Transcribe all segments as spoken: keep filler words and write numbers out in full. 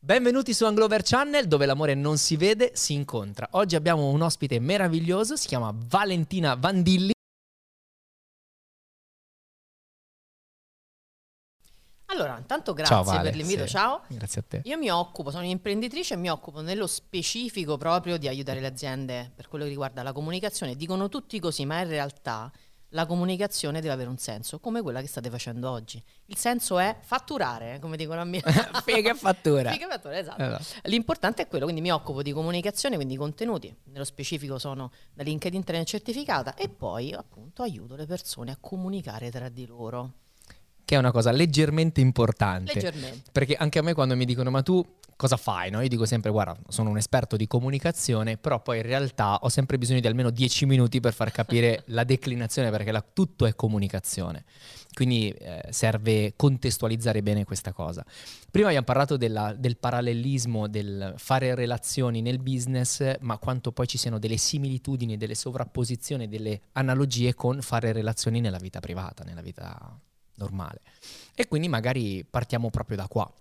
Benvenuti su Anglover Channel, dove l'amore non si vede, si incontra. Oggi abbiamo un ospite meraviglioso, si chiama Valentina Vandilli. Allora, intanto grazie Ciao, Vale, per l'invito, sì. ciao. Grazie a te. Io mi occupo, sono un'imprenditrice e mi occupo nello specifico proprio di aiutare le aziende per quello che riguarda la comunicazione. Dicono tutti così, ma in realtà la comunicazione deve avere un senso, come quella che state facendo oggi. Il senso è fatturare, come dicono a me. Figa e fattura. Figa e fattura, esatto. Esatto. L'importante è quello, quindi mi occupo di comunicazione, quindi contenuti. Nello specifico sono da LinkedIn Trainer certificata e poi appunto aiuto le persone a comunicare tra di loro. Che è una cosa leggermente importante. Leggermente. Perché anche a me quando mi dicono ma tu cosa fai? No? Io dico sempre guarda, sono un esperto di comunicazione, però poi in realtà ho sempre bisogno di almeno dieci minuti per far capire la declinazione, perché la, tutto è comunicazione. Quindi eh, serve contestualizzare bene questa cosa. Prima abbiamo parlato della, del parallelismo, del fare relazioni nel business, ma quanto poi ci siano delle similitudini, delle sovrapposizioni, delle analogie con fare relazioni nella vita privata, nella vita normale. E quindi magari partiamo proprio da qua.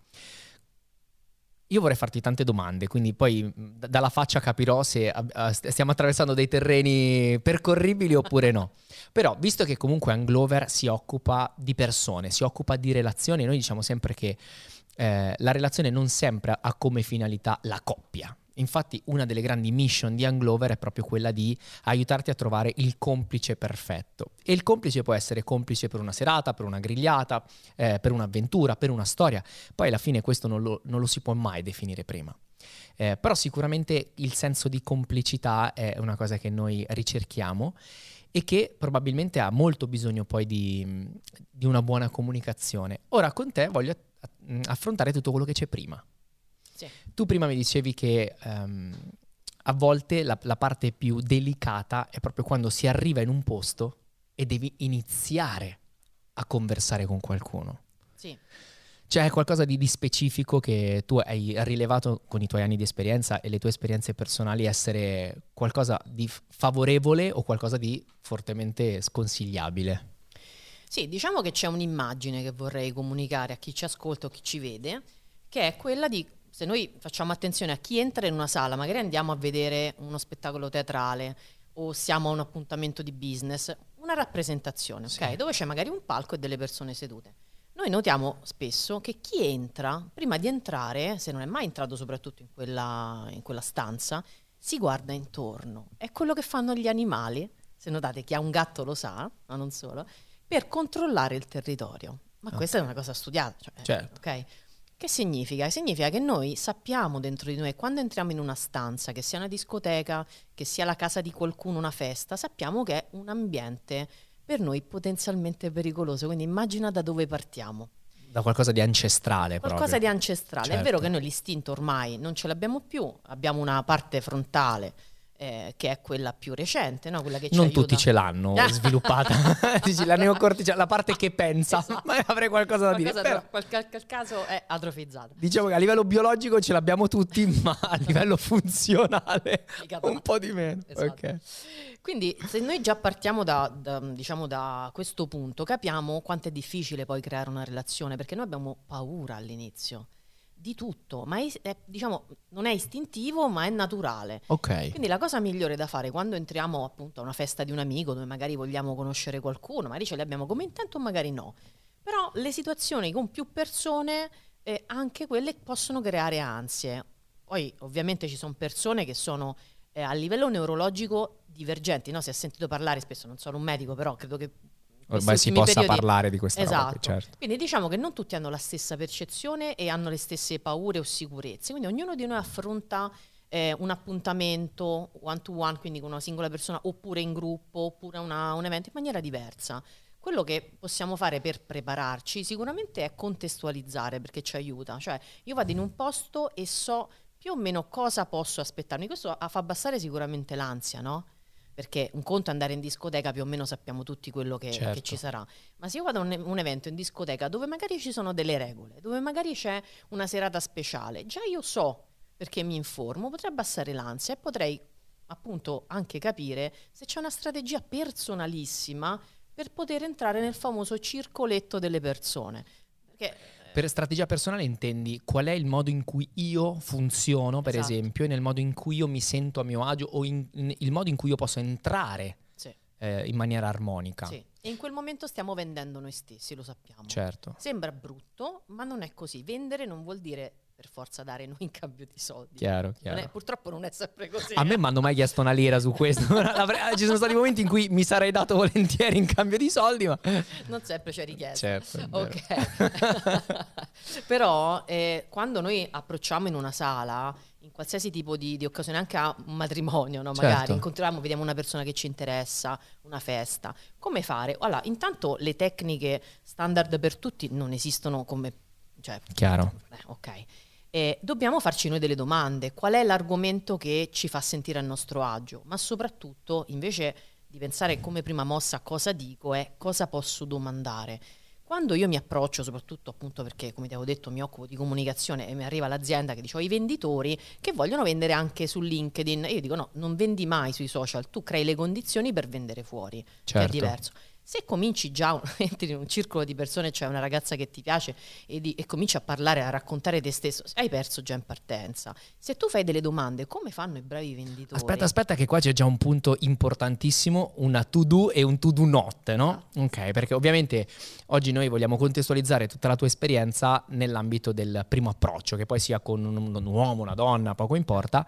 Io vorrei farti tante domande, quindi poi d- dalla faccia capirò se uh, stiamo attraversando dei terreni percorribili oppure no. Però, visto che comunque Anglover si occupa di persone, si occupa di relazioni, noi diciamo sempre che eh, la relazione non sempre ha come finalità la coppia. Infatti una delle grandi mission di Anglover è proprio quella di aiutarti a trovare il complice perfetto. E il complice può essere complice per una serata, per una grigliata, eh, per un'avventura, per una storia. Poi alla fine questo non lo, non lo si può mai definire prima. Eh, però sicuramente il senso di complicità è una cosa che noi ricerchiamo e che probabilmente ha molto bisogno poi di, di una buona comunicazione. Ora con te voglio affrontare tutto quello che c'è prima. Sì. Tu prima mi dicevi che um, a volte la, la parte più delicata è proprio quando si arriva in un posto e devi iniziare a conversare con qualcuno. Sì. C'è qualcosa di, di specifico che tu hai rilevato con i tuoi anni di esperienza e le tue esperienze personali essere qualcosa di favorevole o qualcosa di fortemente sconsigliabile? Sì, diciamo che c'è un'immagine che vorrei comunicare a chi ci ascolta o chi ci vede, che è quella di, se noi facciamo attenzione a chi entra in una sala, magari andiamo a vedere uno spettacolo teatrale o siamo a un appuntamento di business, una rappresentazione, ok? Sì. Dove c'è magari un palco e delle persone sedute. Noi notiamo spesso che chi entra, prima di entrare, se non è mai entrato soprattutto in quella, in quella stanza, si guarda intorno. È quello che fanno gli animali, se notate chi ha un gatto lo sa, ma non solo, per controllare il territorio. Ma okay. Questa è una cosa studiata, cioè, certo. Ok? Che significa? Significa che noi sappiamo dentro di noi, quando entriamo in una stanza, che sia una discoteca, che sia la casa di qualcuno, una festa, sappiamo che è un ambiente per noi potenzialmente pericoloso. Quindi immagina da dove partiamo. Da qualcosa di ancestrale. Qualcosa proprio. di ancestrale. Certo. È vero che noi l'istinto ormai non ce l'abbiamo più, abbiamo una parte frontale Eh, che è quella più recente, no? Quella che ci non aiuta. Tutti ce l'hanno sviluppata. Dici, la neocorteccia, la parte che pensa, esatto. Ma avrei qualcosa da qualcosa dire. Però, qualche caso è atrofizzata. Diciamo che a livello biologico ce l'abbiamo tutti, ma a livello funzionale un po' di meno. Esatto. Okay. Quindi se noi già partiamo da, da, diciamo, da questo punto, capiamo quanto è difficile poi creare una relazione, perché noi abbiamo paura all'inizio di tutto, ma è, è, diciamo, non è istintivo, ma è naturale. Ok. Quindi la cosa migliore da fare quando entriamo appunto a una festa di un amico dove magari vogliamo conoscere qualcuno, magari ce li abbiamo come intento, magari no. Però le situazioni con più persone, eh, anche quelle possono creare ansie. Poi ovviamente ci sono persone che sono eh, a livello neurologico divergenti, no? Si è sentito parlare, spesso non sono un medico, però credo che ormai si possa periodi... parlare di questa esatto. roba qui, certo. Quindi diciamo che non tutti hanno la stessa percezione e hanno le stesse paure o sicurezze, quindi ognuno di noi affronta eh, un appuntamento one to one, quindi con una singola persona, oppure in gruppo, oppure una, un evento in maniera diversa. Quello che possiamo fare per prepararci sicuramente è contestualizzare, perché ci aiuta, cioè io vado in un posto e so più o meno cosa posso aspettarmi, questo fa abbassare sicuramente l'ansia, no? Perché un conto è andare in discoteca, più o meno sappiamo tutti quello che, certo. che ci sarà, ma se io vado a un, un evento in discoteca dove magari ci sono delle regole, dove magari c'è una serata speciale, già io so, perché mi informo, potrei abbassare l'ansia e potrei appunto anche capire se c'è una strategia personalissima per poter entrare nel famoso circoletto delle persone, perché Per strategia personale intendi qual è il modo in cui io funziono, per Esatto. esempio, e nel modo in cui io mi sento a mio agio o in, in- il modo in cui io posso entrare Sì. eh, in maniera armonica. Sì. E in quel momento stiamo vendendo noi stessi, lo sappiamo. Certo. Sembra brutto, ma non è così. Vendere non vuol dire per forza dare noi in cambio di soldi. Chiaro, Non chiaro. è- purtroppo non è sempre così. A me eh. mi hanno mai chiesto una lira su questo. L'avrei- Ci sono stati momenti in cui mi sarei dato volentieri in cambio di soldi, ma... Non sempre c'è richiesta. Certo, è vero. Ok. Però eh, quando noi approcciamo in una sala, in qualsiasi tipo di, di occasione, anche a un matrimonio, no? Magari Certo. incontriamo, vediamo una persona che ci interessa, una festa, come fare? Allora, intanto le tecniche standard per tutti non esistono come... Cioè, Chiaro. eh, ok. Eh, dobbiamo farci noi delle domande. Qual è l'argomento che ci fa sentire a nostro agio? Ma soprattutto, invece di pensare come prima mossa a cosa dico, è cosa posso domandare. Quando io mi approccio, soprattutto appunto perché, come ti avevo detto, mi occupo di comunicazione e mi arriva l'azienda che dice ho i venditori che vogliono vendere anche su LinkedIn, e io dico no, non vendi mai sui social, tu crei le condizioni per vendere fuori, che è Certo. diverso. Se cominci già, entri in un circolo di persone, c'è una ragazza che ti piace e, di, e cominci a parlare, a raccontare te stesso, hai perso già in partenza. Se tu fai delle domande, come fanno i bravi venditori? Aspetta, aspetta, che qua c'è già un punto importantissimo, una to do e un to do not, no? Ok, perché ovviamente oggi noi vogliamo contestualizzare tutta la tua esperienza nell'ambito del primo approccio, che poi sia con un, un uomo, una donna, poco importa,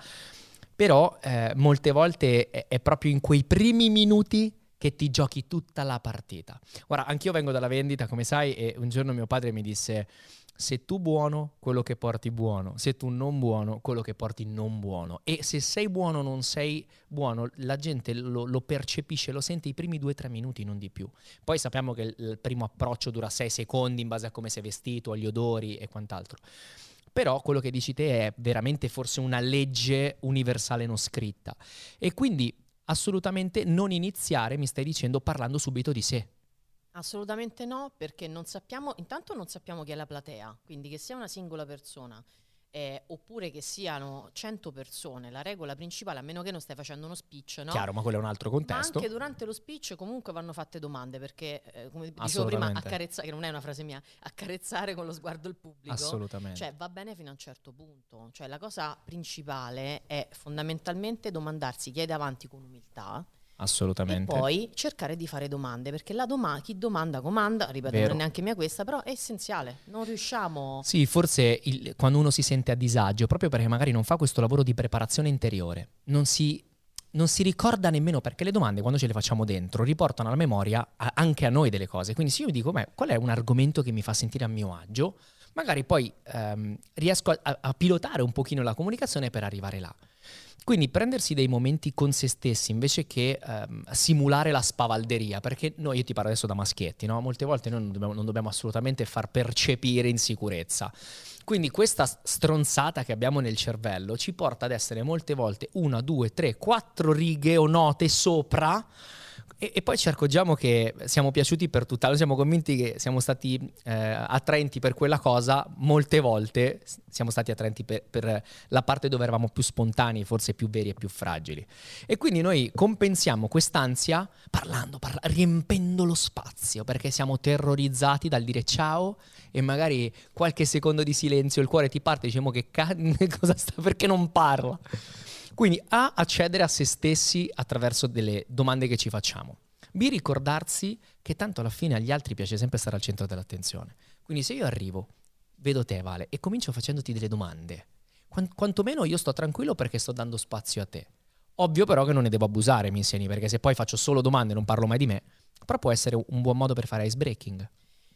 però eh, molte volte è, è proprio in quei primi minuti che ti giochi tutta la partita. Guarda, anch'io vengo dalla vendita, come sai, e un giorno mio padre mi disse: se tu buono, quello che porti buono; se tu non buono, quello che porti non buono. E se sei buono o non sei buono, la gente lo, lo percepisce, lo sente i primi due o tre minuti, non di più. Poi sappiamo che il, il primo approccio dura sei secondi in base a come sei vestito, agli odori e quant'altro. Però quello che dici te è veramente forse una legge universale non scritta. E quindi assolutamente non iniziare, mi stai dicendo, parlando subito di sé. Assolutamente no, perché non sappiamo, intanto non sappiamo chi è la platea, quindi che sia una singola persona eh, oppure che siano cento persone, la regola principale, a meno che non stai facendo uno speech, no? Chiaro, ma quello è un altro Ma contesto. anche durante lo speech comunque vanno fatte domande, perché eh, come dicevo prima, Assolutamente. accarezzare, che non è una frase mia, accarezzare con lo sguardo il pubblico, Assolutamente. cioè va bene fino a un certo punto. Cioè la cosa principale è fondamentalmente domandarsi chi hai davanti con umiltà Assolutamente. e poi cercare di fare domande, perché la doma- chi domanda comanda, ripeto, Vero. non è neanche mia questa, però è essenziale, non riusciamo... Sì, forse il- quando uno si sente a disagio, proprio perché magari non fa questo lavoro di preparazione interiore, non si, non si ricorda nemmeno, perché le domande quando ce le facciamo dentro riportano alla memoria a- anche a noi delle cose. Quindi se io mi dico, "Beh, qual è un argomento che mi fa sentire a mio agio?", magari poi ehm, riesco a, a- a pilotare un pochino la comunicazione per arrivare là. Quindi prendersi dei momenti con se stessi invece che ehm, simulare la spavalderia, perché noi, io ti parlo adesso da maschietti, no? Molte volte noi non dobbiamo, non dobbiamo assolutamente far percepire insicurezza. Quindi questa stronzata che abbiamo nel cervello ci porta ad essere molte volte una, due, tre, quattro righe o note sopra. E, e poi ci accorgiamo che siamo piaciuti per tutt'altro, siamo convinti che siamo stati eh, attraenti per quella cosa, molte volte siamo stati attraenti per, per la parte dove eravamo più spontanei, forse più veri e più fragili. E quindi noi compensiamo quest'ansia parlando, parla- riempendo lo spazio, perché siamo terrorizzati dal dire ciao e magari qualche secondo di silenzio, il cuore ti parte, diciamo che ca- cosa sta, perché non parla? Quindi A, accedere a se stessi attraverso delle domande che ci facciamo. B, ricordarsi che tanto alla fine agli altri piace sempre stare al centro dell'attenzione. Quindi se io arrivo, vedo te Vale, e comincio facendoti delle domande, quant- quantomeno io sto tranquillo perché sto dando spazio a te. Ovvio però che non ne devo abusare, mi insegni, perché se poi faccio solo domande e non parlo mai di me, però può essere un buon modo per fare ice breaking.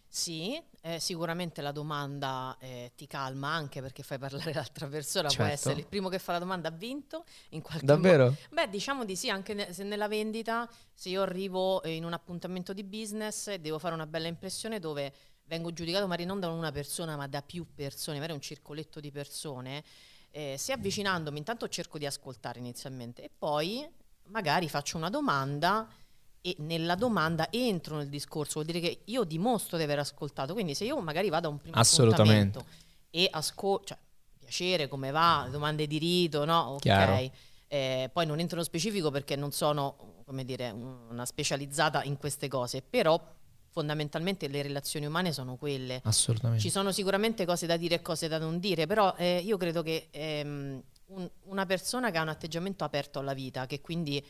Sì, eh, sicuramente la domanda eh, ti calma anche perché fai parlare l'altra persona, può Certo. essere il primo che fa la domanda ha vinto in qualche Davvero? modo. Beh, diciamo di sì, anche ne- se nella vendita, se io arrivo eh, in un appuntamento di business e devo fare una bella impressione dove vengo giudicato magari non da una persona ma da più persone, magari un circoletto di persone, eh, se avvicinandomi intanto cerco di ascoltare inizialmente e poi magari faccio una domanda e nella domanda entro nel discorso, vuol dire che io dimostro di aver ascoltato. Quindi se io magari vado a un primo Assolutamente. appuntamento e ascolto, cioè piacere, come va, domande di rito, no? Ok. Chiaro. Eh, poi non entro nello specifico perché non sono, come dire, una specializzata in queste cose, però fondamentalmente le relazioni umane sono quelle. Assolutamente. Ci sono sicuramente cose da dire e cose da non dire, però eh, io credo che ehm, un, una persona che ha un atteggiamento aperto alla vita, che quindi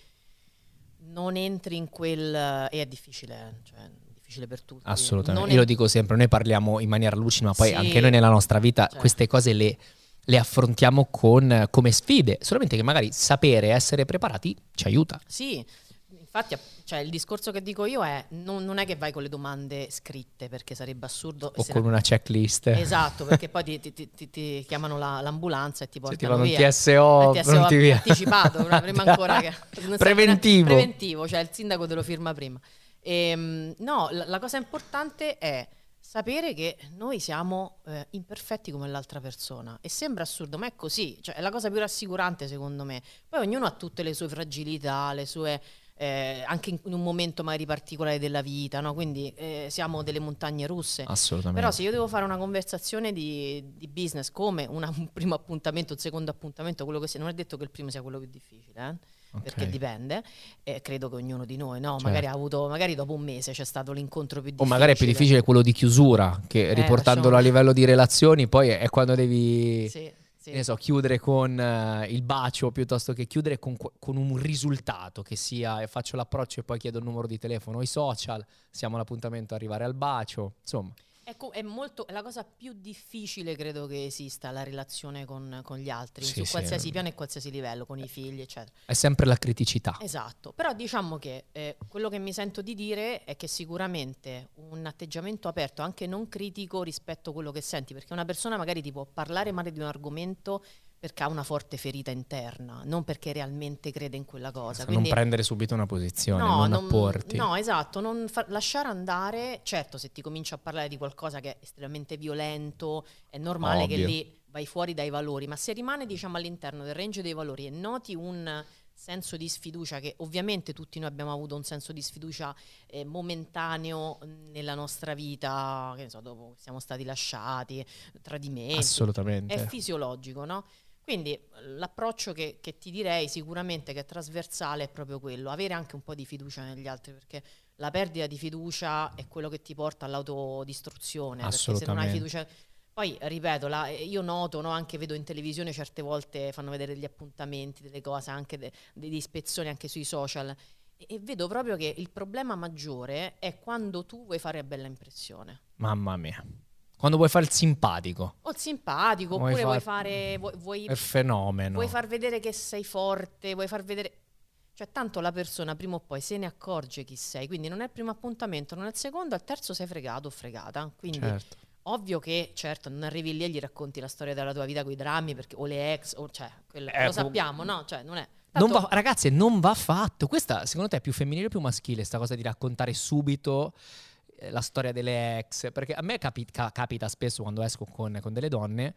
non entri in quel... e è difficile, cioè difficile per tutti. Assolutamente, non io en- lo dico sempre, noi parliamo in maniera lucida, ma poi Sì, anche noi nella nostra vita cioè. queste cose le, le affrontiamo con, come sfide, solamente che magari sapere, essere preparati ci aiuta. Sì, infatti cioè, il discorso che dico io è non, non è che vai con le domande scritte, perché sarebbe assurdo. O se con ne- una checklist. Esatto, perché poi ti, ti- ti- ti- ti chiamano la- l'ambulanza e ti Se portano ti fanno un via. T S O, Eh, T S O pronti via. anticipato, prima ancora che... non sa- Preventivo. Preventivo, cioè il sindaco te lo firma prima. Ehm, no, la, la cosa importante è sapere che noi siamo eh, imperfetti come l'altra persona, e sembra assurdo, ma è così, cioè è la cosa più rassicurante secondo me. Poi ognuno ha tutte le sue fragilità, le sue eh, anche in un momento magari particolare della vita, no? Quindi eh, siamo delle montagne russe. Assolutamente. Però se io devo fare una conversazione di, di business come una- un primo appuntamento, un secondo appuntamento, quello che sia, non è detto che il primo sia quello più difficile, eh? Ok. Perché dipende, e credo che ognuno di noi, no? Certo. Magari ha avuto, magari dopo un mese c'è stato l'incontro più O difficile. magari è più difficile quello di chiusura, che Eh, riportandolo lasciamo- a livello di relazioni poi è quando devi... Sì, sì. che ne so, chiudere con eh, il bacio piuttosto che chiudere con, qu- con un risultato che sia, e faccio l'approccio e poi chiedo il numero di telefono o i social, siamo all'appuntamento, arrivare al bacio, insomma. Ecco, è molto, è la cosa più difficile credo che esista, la relazione con, con gli altri, Sì, su sì. qualsiasi piano e qualsiasi livello, con i figli, eccetera. È sempre la criticità. Esatto, però diciamo che eh, quello che mi sento di dire è che sicuramente un atteggiamento aperto, anche non critico rispetto a quello che senti, perché una persona magari ti può parlare male di un argomento perché ha una forte ferita interna, non perché realmente crede in quella cosa. Non prendere subito una posizione, No, non apporti. No, esatto, non fa- lasciare andare. Certo, se ti cominci a parlare di qualcosa che è estremamente violento, è normale Ovvio. che lì vai fuori dai valori, ma se rimane, diciamo, all'interno del range dei valori e noti un senso di sfiducia, che ovviamente tutti noi abbiamo avuto un senso di sfiducia eh, momentaneo nella nostra vita, che ne so, dopo che siamo stati lasciati, tradimenti, Assolutamente. è fisiologico, no? Quindi l'approccio che, che ti direi sicuramente che è trasversale è proprio quello, avere anche un po' di fiducia negli altri, perché la perdita di fiducia è quello che ti porta all'autodistruzione, perché se non hai fiducia... Poi, ripeto, la, io noto, no, anche vedo in televisione certe volte fanno vedere degli appuntamenti, delle cose, anche de, degli ispezioni anche sui social, e, e vedo proprio che il problema maggiore è quando tu vuoi fare bella impressione. Mamma mia. Quando vuoi fare il simpatico. O il simpatico, Vuoi oppure vuoi far- fare... Vuoi, vuoi, È fenomeno. vuoi far vedere che sei forte, vuoi far vedere... Cioè, tanto la persona prima o poi se ne accorge chi sei, quindi non è il primo appuntamento, non è il secondo, al terzo sei fregato o fregata. Quindi, Certo. ovvio che, certo, non arrivi lì e gli racconti la storia della tua vita con i drammi, perché, o le ex, o, cioè, quello, Eh, lo sappiamo, no? Cioè, non è... Non Tanto- va, ragazze, non va fatto. Questa, secondo te, è più femminile o più maschile, sta cosa di raccontare subito eh, la storia delle ex? Perché a me capi- ca- capita spesso quando esco con, con delle donne,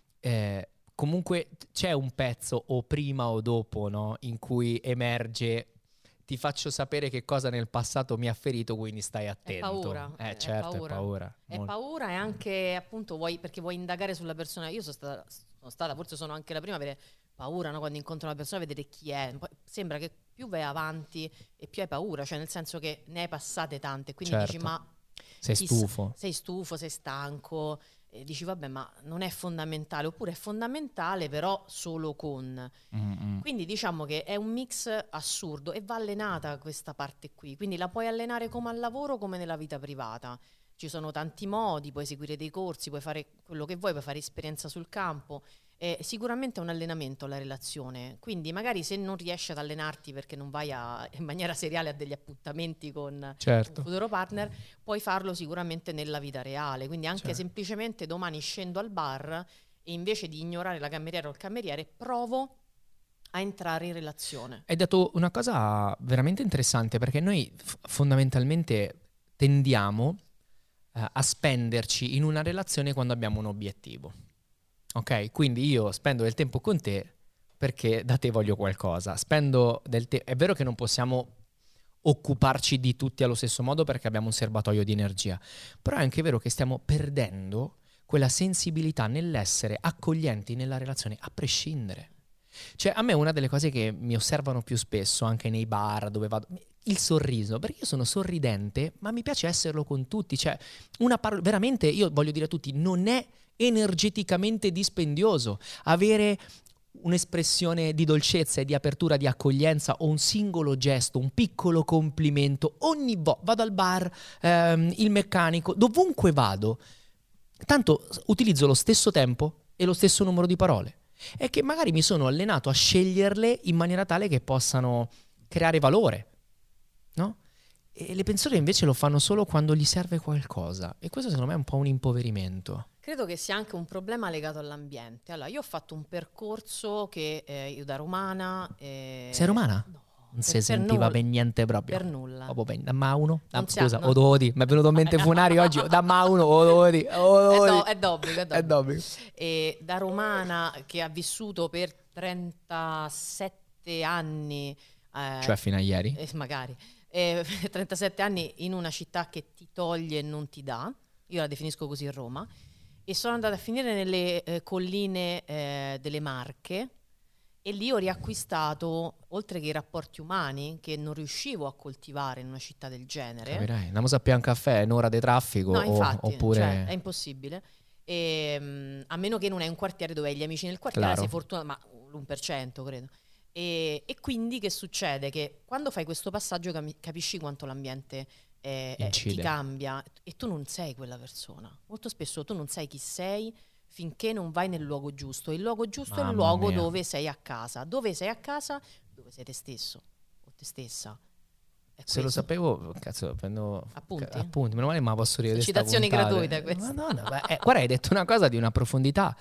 eh, comunque c'è un pezzo o prima o dopo, no, in cui emerge: ti faccio sapere che cosa nel passato mi ha ferito, quindi stai attento. paura, Eh, è certo, paura. è paura. È Molto. paura e anche appunto vuoi, perché vuoi indagare sulla persona. Io sono stata, sono stata, forse sono anche la prima a avere paura, no? Quando incontro una persona, vedere chi è. Poi sembra che più vai avanti e più hai paura, cioè nel senso che ne hai passate tante, quindi Certo. dici ma... Sei chissà- stufo. Sei stufo, sei stanco, e dici vabbè ma non è fondamentale, oppure è fondamentale però solo con... Mm-mm. Quindi diciamo che è un mix assurdo e va allenata questa parte qui, quindi la puoi allenare come al lavoro come nella vita privata. Ci sono tanti modi, puoi seguire dei corsi, puoi fare quello che vuoi, puoi fare esperienza sul campo. Eh, sicuramente è un allenamento la relazione, quindi magari se non riesci ad allenarti perché non vai a, in maniera seriale a degli appuntamenti con Certo. un futuro partner, puoi farlo sicuramente nella vita reale, quindi anche Certo. semplicemente domani scendo al bar e invece di ignorare la cameriera o il cameriere provo a entrare in relazione. Hai detto una cosa veramente interessante, perché noi f- fondamentalmente tendiamo eh, a spenderci in una relazione quando abbiamo un obiettivo. Ok? Quindi io spendo del tempo con te perché da te voglio qualcosa. Spendo del te- È vero che non possiamo occuparci di tutti allo stesso modo perché abbiamo un serbatoio di energia, però è anche vero che stiamo perdendo quella sensibilità nell'essere accoglienti nella relazione, a prescindere. Cioè, a me una delle cose che mi osservano più spesso, anche nei bar dove vado, il sorriso, perché io sono sorridente, ma mi piace esserlo con tutti, cioè una parola, veramente io voglio dire a tutti, non è energeticamente dispendioso avere un'espressione di dolcezza e di apertura, di accoglienza o un singolo gesto, un piccolo complimento. Ogni volta vado al bar, ehm, il meccanico, dovunque vado, tanto utilizzo lo stesso tempo e lo stesso numero di parole. È che magari mi sono allenato a sceglierle in maniera tale che possano creare valore, no? E le persone invece lo fanno solo quando gli serve qualcosa, e questo secondo me è un po' un impoverimento. Credo che sia anche un problema legato all'ambiente. Allora, io ho fatto un percorso che eh, io da romana... Eh, Sei romana? No. Non si sentiva per niente proprio. Per nulla. Proprio per, da Mauno? Da, scusa, no. o dovodi. Mi è venuto in mente Funari oggi. Da Mauno, o dovodi. È, è d'obbligo, è d'obbligo. È d'obbligo. E da romana che ha vissuto per trentasette anni... Eh, cioè fino a ieri? Eh, magari. Eh, trentasette anni in una città che ti toglie e non ti dà. Io la definisco così Roma. E sono andata a finire nelle eh, colline eh, delle Marche, e lì ho riacquistato, oltre che i rapporti umani che non riuscivo a coltivare in una città del genere. Capirai, andiamo a pian caffè, un'ora di traffico. No, infatti, o, oppure... cioè, è impossibile. E, um, a meno che non hai un quartiere dove hai gli amici nel quartiere, Claro. sei fortunato, ma l'uno per cento credo. E, e quindi che succede? Che quando fai questo passaggio cam- capisci quanto l'ambiente eh, eh, ti cambia, e tu non sei quella persona. Molto spesso tu non sai chi sei finché non vai nel luogo giusto. Il luogo giusto Mamma è il luogo mia. dove sei a casa. Dove sei a casa? Dove sei te stesso o te stessa. È Se lo questo. sapevo, cazzo, prendo Appunti? ca- appunti, meno male, ma posso rivedere sta Citazioni puntata. gratuite queste. Madonna, beh, eh, guarda, hai detto una cosa di una profondità.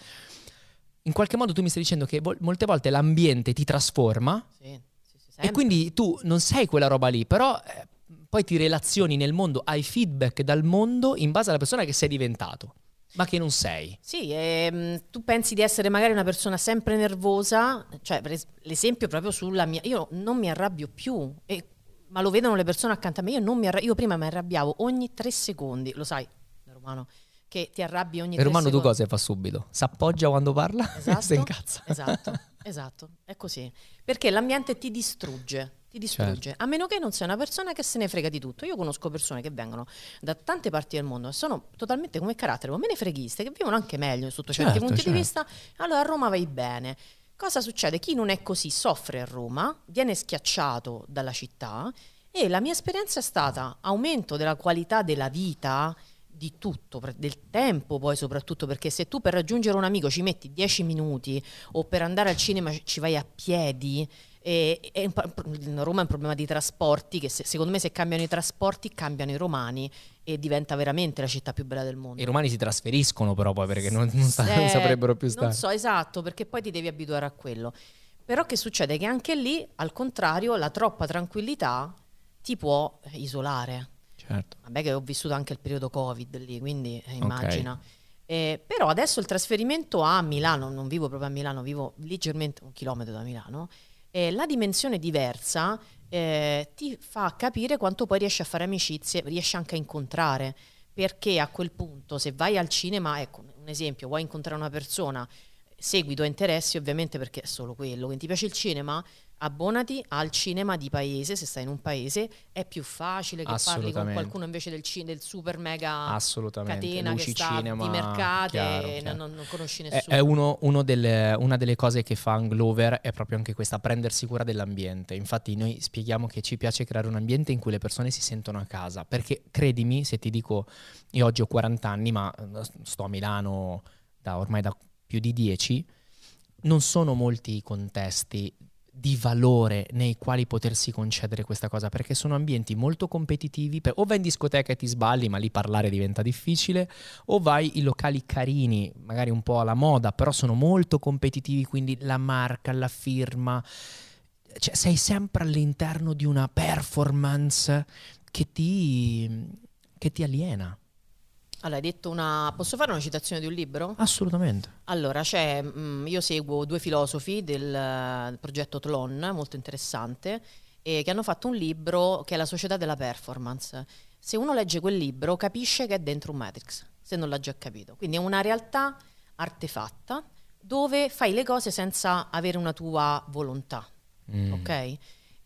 In qualche modo tu mi stai dicendo che vol- molte volte l'ambiente ti trasforma, Sì, sì, sì, e sempre. quindi tu non sei quella roba lì, però eh, poi ti relazioni nel mondo, hai feedback dal mondo in base alla persona che sei diventato, ma che non sei. Sì, ehm, tu pensi di essere magari una persona sempre nervosa, cioè per es- l'esempio proprio sulla mia... Io non mi arrabbio più, e, ma lo vedono le persone accanto a me, io, non mi arra- io prima mi arrabbiavo ogni tre secondi, lo sai, da romano, che ti arrabbi ogni Per tre Romano secondi. due cose fa subito: s'appoggia quando parla e si Esatto, incazza. esatto, esatto, è così. Perché l'ambiente ti distrugge, ti distrugge, Certo. a meno che non sei una persona che se ne frega di tutto. Io conosco persone che vengono da tante parti del mondo e sono totalmente come carattere, ma me ne freghiste, che vivono anche meglio sotto certi Certo, punti certo. di vista. Allora a Roma vai bene. Cosa succede? Chi non è così soffre a Roma, viene schiacciato dalla città, e la mia esperienza è stata aumento della qualità della vita, di tutto, pre- del tempo poi soprattutto, perché se tu per raggiungere un amico ci metti dieci minuti, o per andare al cinema ci vai a piedi, e, e un po- Roma è un problema di trasporti, che se- secondo me se cambiano i trasporti cambiano i romani, e diventa veramente la città più bella del mondo. I romani si trasferiscono però poi, perché non, non, sta- non Eh, saprebbero più stare. Non so, esatto, perché poi ti devi abituare a quello. Però che succede? Che anche lì, al contrario, la troppa tranquillità ti può eh, isolare. Certo. Vabbè che ho vissuto anche il periodo Covid lì, quindi eh, immagina. Eh, però adesso il trasferimento a Milano, non vivo proprio a Milano, vivo leggermente un chilometro da Milano, eh, la dimensione diversa eh, ti fa capire quanto poi riesci a fare amicizie, riesci anche a incontrare, perché a quel punto se vai al cinema, ecco un esempio, vuoi incontrare una persona, segui i tuoi interessi ovviamente, perché è solo quello, quindi ti piace il cinema, abbonati al cinema di paese. Se stai in un paese è più facile che parli con Assolutamente. qualcuno invece del, ci- del super mega Assolutamente. catena Luci, che sta cinema, di mercate, chiaro, e chiaro. Non, non conosci È, nessuno. è uno, uno delle, una delle cose che fa Anglover è proprio anche questa: prendersi cura dell'ambiente. Infatti noi spieghiamo che ci piace creare un ambiente in cui le persone si sentono a casa, perché credimi se ti dico, io oggi ho quaranta anni ma sto a Milano da ormai da più di dieci, non sono molti i contesti di valore nei quali potersi concedere questa cosa, perché sono ambienti molto competitivi. Per, o vai in discoteca e ti sballi, ma lì parlare diventa difficile, o vai in locali carini, magari un po' alla moda, però sono molto competitivi, quindi la marca, la firma, cioè sei sempre all'interno di una performance che ti, che ti aliena. Allora, hai detto una... Posso fare una citazione di un libro? Assolutamente. Allora, c'è, mh, io seguo due filosofi del, del progetto Tlon, molto interessante, eh, che hanno fatto un libro che è La società della performance. Se uno legge quel libro capisce che è dentro un Matrix, se non l'ha già capito. Quindi è una realtà artefatta dove fai le cose senza avere una tua volontà, Mm. ok?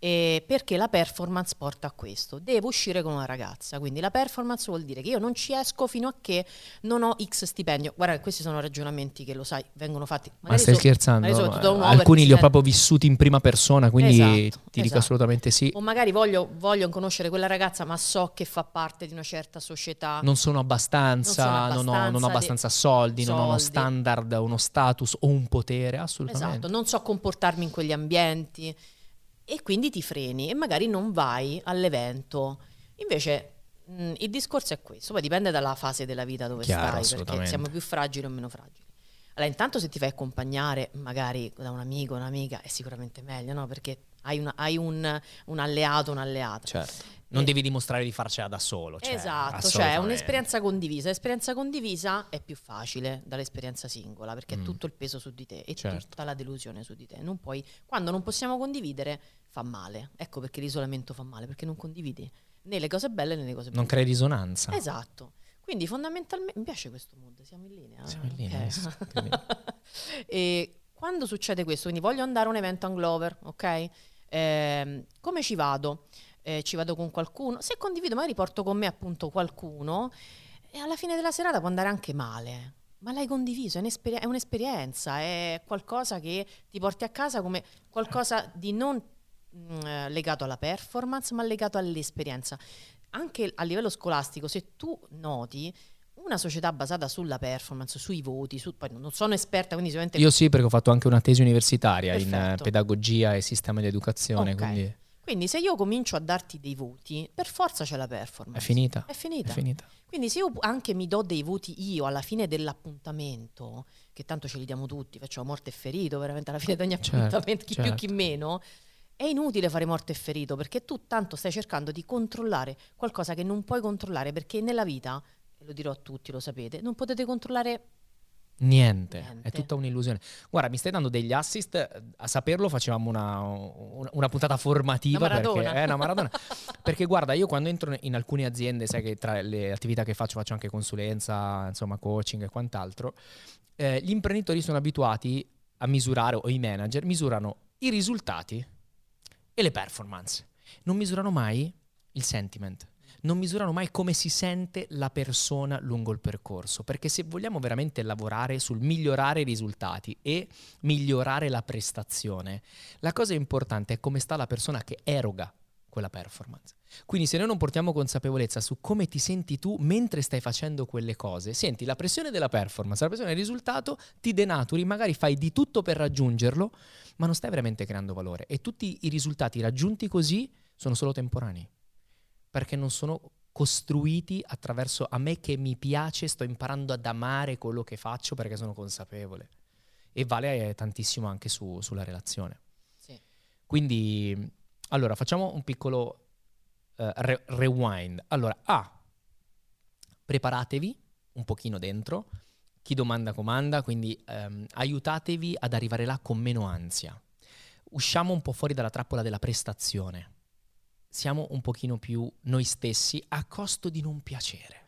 E perché la performance porta a questo. Devo uscire con una ragazza, quindi la performance vuol dire che io non ci esco fino a che non ho X stipendio. Guarda, questi sono ragionamenti che, lo sai, vengono fatti. Ma stai so, scherzando? so, Ma alcuni li ho proprio vissuti in prima persona, quindi esatto, ti esatto. dico assolutamente sì. O magari voglio, voglio conoscere quella ragazza, ma so che fa parte di una certa società. Non sono abbastanza, non, sono abbastanza, non, ho, non ho abbastanza soldi, soldi, non ho uno standard, uno status o un potere, assolutamente. Esatto, non so comportarmi in quegli ambienti. E quindi ti freni e magari non vai all'evento. Invece mh, il discorso è questo, poi dipende dalla fase della vita dove Chiaro, stai, perché siamo più fragili o meno fragili. Allora, intanto se ti fai accompagnare magari da un amico, un'amica, è sicuramente meglio, no? Perché hai, una, hai un, un alleato, un'alleata. Certo. Non e devi dimostrare di farcela da solo. Cioè, esatto, cioè è un'esperienza condivisa. L'esperienza condivisa è più facile dall'esperienza singola, perché mm. è tutto il peso su di te e certo. tutta la delusione su di te. Non puoi, quando non possiamo condividere, fa male. Ecco perché l'isolamento fa male, perché non condividi né le cose belle né le cose brutte. Non crei risonanza. Esatto. Quindi fondamentalmente, mi piace questo mood, siamo in linea. Siamo in linea. Okay. E quando succede questo, quindi voglio andare a un evento Anglover, ok? Eh, come ci vado? Eh, ci vado con qualcuno? Se condivido, magari porto con me appunto qualcuno e alla fine della serata può andare anche male. Ma l'hai condiviso, è, un'esper- è un'esperienza, è qualcosa che ti porti a casa come qualcosa di non mh, legato alla performance, ma legato all'esperienza. Anche a livello scolastico, se tu noti una società basata sulla performance, sui voti, su, poi non sono esperta, quindi sicuramente... Io sì, perché ho fatto anche una tesi universitaria. Perfetto. In pedagogia e sistema di educazione, okay. quindi... Quindi se io comincio a darti dei voti, per forza c'è la performance. È finita. È finita. È finita. Quindi se io anche mi do dei voti io alla fine dell'appuntamento, che tanto ce li diamo tutti, facciamo morte e ferito veramente alla fine di ogni certo, appuntamento, chi certo. più chi meno, è inutile fare morte e ferito, perché tu tanto stai cercando di controllare qualcosa che non puoi controllare, perché nella vita, e lo dirò a tutti, lo sapete, non potete controllare Niente, Niente. È tutta un'illusione. Guarda, mi stai dando degli assist. A saperlo facevamo una, una, una puntata formativa. Una perché Maradona. è una Maradona. Perché guarda, io quando entro in alcune aziende, sai che tra le attività che faccio faccio anche consulenza, insomma coaching e quant'altro, eh, gli imprenditori sono abituati a misurare, o i manager misurano i risultati e le performance. Non misurano mai il sentiment. Non misurano mai come si sente la persona lungo il percorso, perché se vogliamo veramente lavorare sul migliorare i risultati e migliorare la prestazione, la cosa importante è come sta la persona che eroga quella performance. Quindi se noi non portiamo consapevolezza su come ti senti tu mentre stai facendo quelle cose, senti la pressione della performance, la pressione del risultato, ti denaturi, magari fai di tutto per raggiungerlo, ma non stai veramente creando valore e tutti i risultati raggiunti così sono solo temporanei. Perché non sono costruiti attraverso a me che mi piace, sto imparando ad amare quello che faccio perché sono consapevole. E vale tantissimo anche su, sulla relazione. Sì. Quindi, allora, facciamo un piccolo uh, re- rewind. Allora, A, preparatevi un pochino dentro. Chi domanda comanda, quindi um, aiutatevi ad arrivare là con meno ansia. Usciamo un po' fuori dalla trappola della prestazione. Siamo un pochino più noi stessi a costo di non piacere.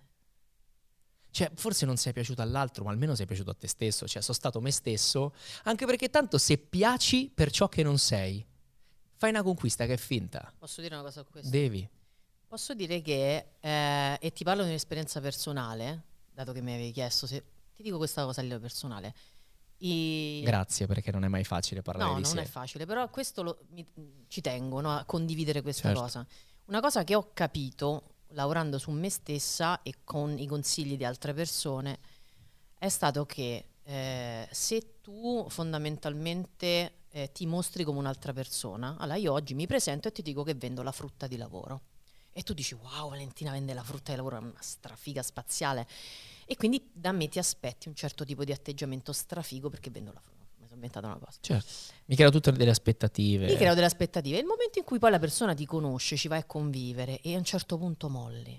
Cioè, forse non sei piaciuto all'altro, ma almeno sei piaciuto a te stesso. Cioè, sono stato me stesso, anche perché tanto se piaci per ciò che non sei, fai una conquista che è finta. Posso dire una cosa su questo? Devi. Posso dire che, eh, e ti parlo di un'esperienza personale, dato che mi avevi chiesto, se ti dico questa cosa a livello personale. I... Grazie, perché non è mai facile parlare no, di sé. No, non è facile, però questo lo, mi, ci tengo, no, a condividere questa certo. cosa. Una cosa che ho capito lavorando su me stessa e con i consigli di altre persone è stato che eh, se tu fondamentalmente eh, ti mostri come un'altra persona, allora io oggi mi presento e ti dico che vendo la frutta di lavoro e tu dici wow, Valentina vende la frutta di lavoro, è una strafiga spaziale. E quindi da me ti aspetti un certo tipo di atteggiamento strafigo perché vendo la frutta. Mi sono inventata una cosa. Certo. Mi creo tutte delle aspettative. Mi creo delle aspettative. E il momento in cui poi la persona ti conosce, ci vai a convivere e a un certo punto molli.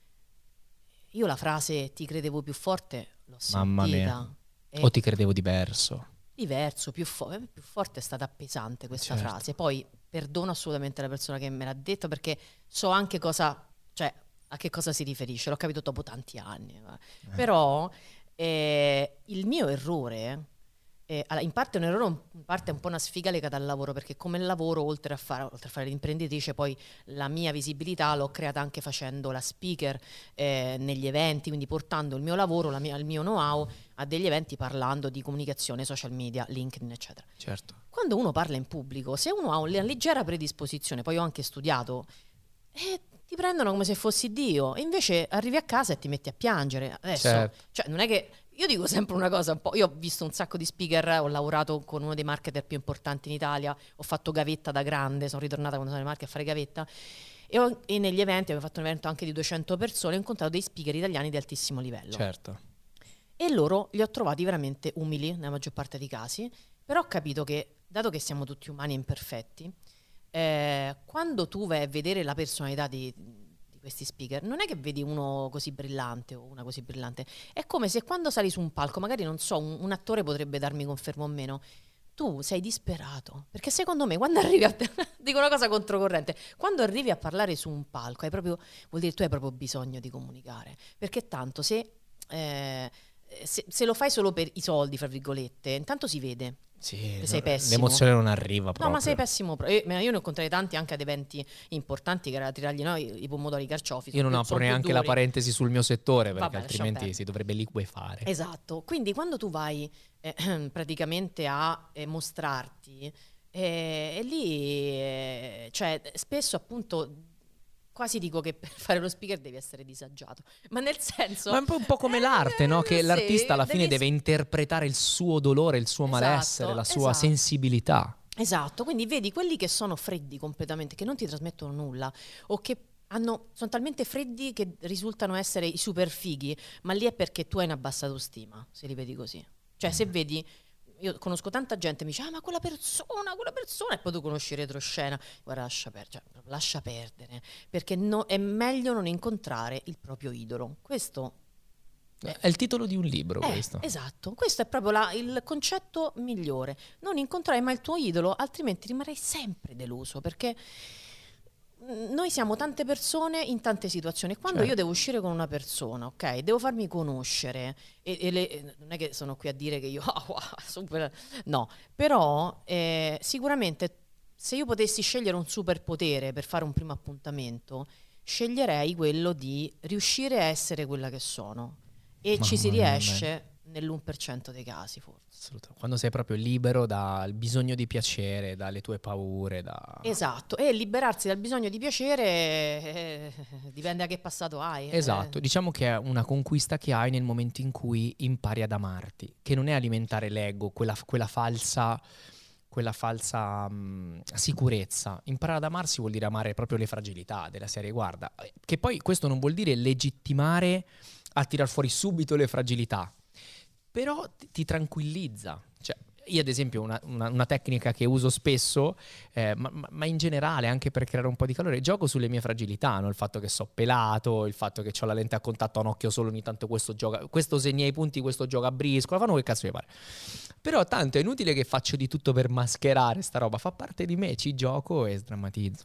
Io la frase ti credevo più forte l'ho sentita. Mamma mia. O ti credevo diverso. Diverso, più, fo- più forte è stata pesante questa certo. frase. Poi perdono assolutamente la persona che me l'ha detto perché so anche cosa... cioè a che cosa si riferisce, l'ho capito dopo tanti anni. Eh. Però eh, il mio errore Eh, allora, in parte è un errore, in parte è un po' una sfiga legata al lavoro, perché come lavoro, oltre a fare, oltre a fare l'imprenditrice, poi la mia visibilità l'ho creata anche facendo la speaker eh, negli eventi, quindi portando il mio lavoro, la mia, il mio know-how a degli eventi, parlando di comunicazione, social media, LinkedIn, eccetera. Certo. Quando uno parla in pubblico, se uno ha una leggera predisposizione, poi ho anche studiato, eh, ti prendono come se fossi Dio, e invece arrivi a casa e ti metti a piangere. Adesso, Certo. cioè, non è che io dico sempre una cosa un po'. Io ho visto un sacco di speaker, ho lavorato con uno dei marketer più importanti in Italia, ho fatto gavetta da grande, sono ritornata quando sono nei marchi a fare gavetta. E, ho, e negli eventi, avevo fatto un evento anche di duecento persone, ho incontrato dei speaker italiani di altissimo livello. Certo. E loro li ho trovati veramente umili nella maggior parte dei casi, però ho capito che, dato che siamo tutti umani e imperfetti, eh, quando tu vai a vedere la personalità di, di questi speaker, non è che vedi uno così brillante o una così brillante, è come se quando sali su un palco, magari non so, un, un attore potrebbe darmi conferma o meno, tu sei disperato, perché secondo me quando arrivi a dico una cosa controcorrente, quando arrivi a parlare su un palco hai proprio, vuol dire tu hai proprio bisogno di comunicare, perché tanto se, eh, se, se lo fai solo per i soldi, fra virgolette, intanto si vede. Sì, Sei pessimo. l'emozione non arriva proprio. No, ma sei pessimo. Io, io ne ho incontrati tanti anche ad eventi importanti che era tirargli no, i, i pomodori i carciofi. Io non sono, apro sono più neanche la duri. parentesi sul mio settore, perché Vabbè, altrimenti si dovrebbe liquefare. Esatto. Quindi quando tu vai eh, praticamente a eh, mostrarti, eh, e lì, eh, cioè, spesso appunto quasi dico che per fare lo speaker devi essere disagiato, ma nel senso... Ma è un po', un po' come eh, l'arte, no? Che sì, l'artista alla fine devi... deve interpretare il suo dolore, il suo Esatto, malessere, la sua esatto. sensibilità. Esatto, quindi vedi quelli che sono freddi completamente, che non ti trasmettono nulla, o che hanno, sono talmente freddi che risultano essere i super fighi, ma lì è perché tu hai una bassa autostima, se li vedi così. Cioè, se vedi... Io conosco tanta gente che mi dice ah ma quella persona, quella persona, e poi tu conosci retroscena, guarda lascia, per, cioè, lascia perdere, perché no, è meglio non incontrare il proprio idolo. Questo è, è il titolo di un libro, eh, questo. Esatto, questo è proprio la, il concetto migliore, non incontrare mai il tuo idolo, altrimenti rimarrai sempre deluso, perché noi siamo tante persone in tante situazioni. Quando certo. io devo uscire con una persona, ok, devo farmi conoscere e, e le, non è che sono qui a dire che io oh, wow, super, no, però eh, sicuramente se io potessi scegliere un superpotere per fare un primo appuntamento, sceglierei quello di riuscire a essere quella che sono, e Mamma ci si riesce nell'uno per cento dei casi forse. Assolutamente. Quando sei proprio libero dal bisogno di piacere, dalle tue paure. Da... Esatto, e liberarsi dal bisogno di piacere eh, dipende da che passato hai. Esatto, eh. diciamo che è una conquista che hai nel momento in cui impari ad amarti, che non è alimentare l'ego, quella, quella falsa, quella falsa mh, sicurezza. Imparare ad amarsi vuol dire amare proprio le fragilità della serie, guarda, che poi questo non vuol dire legittimare a tirar fuori subito le fragilità, però ti, ti tranquillizza. Cioè, io ad esempio una, una, una tecnica che uso spesso, eh, ma, ma in generale anche per creare un po' di calore, gioco sulle mie fragilità, no? Il fatto che so pelato, il fatto che ho la lente a contatto a un occhio solo, ogni tanto questo gioca, questo segna i punti, questo gioca a briscola, fanno che cazzo mi pare. Però tanto è inutile che faccio di tutto per mascherare sta roba, fa parte di me, ci gioco e sdrammatizzo.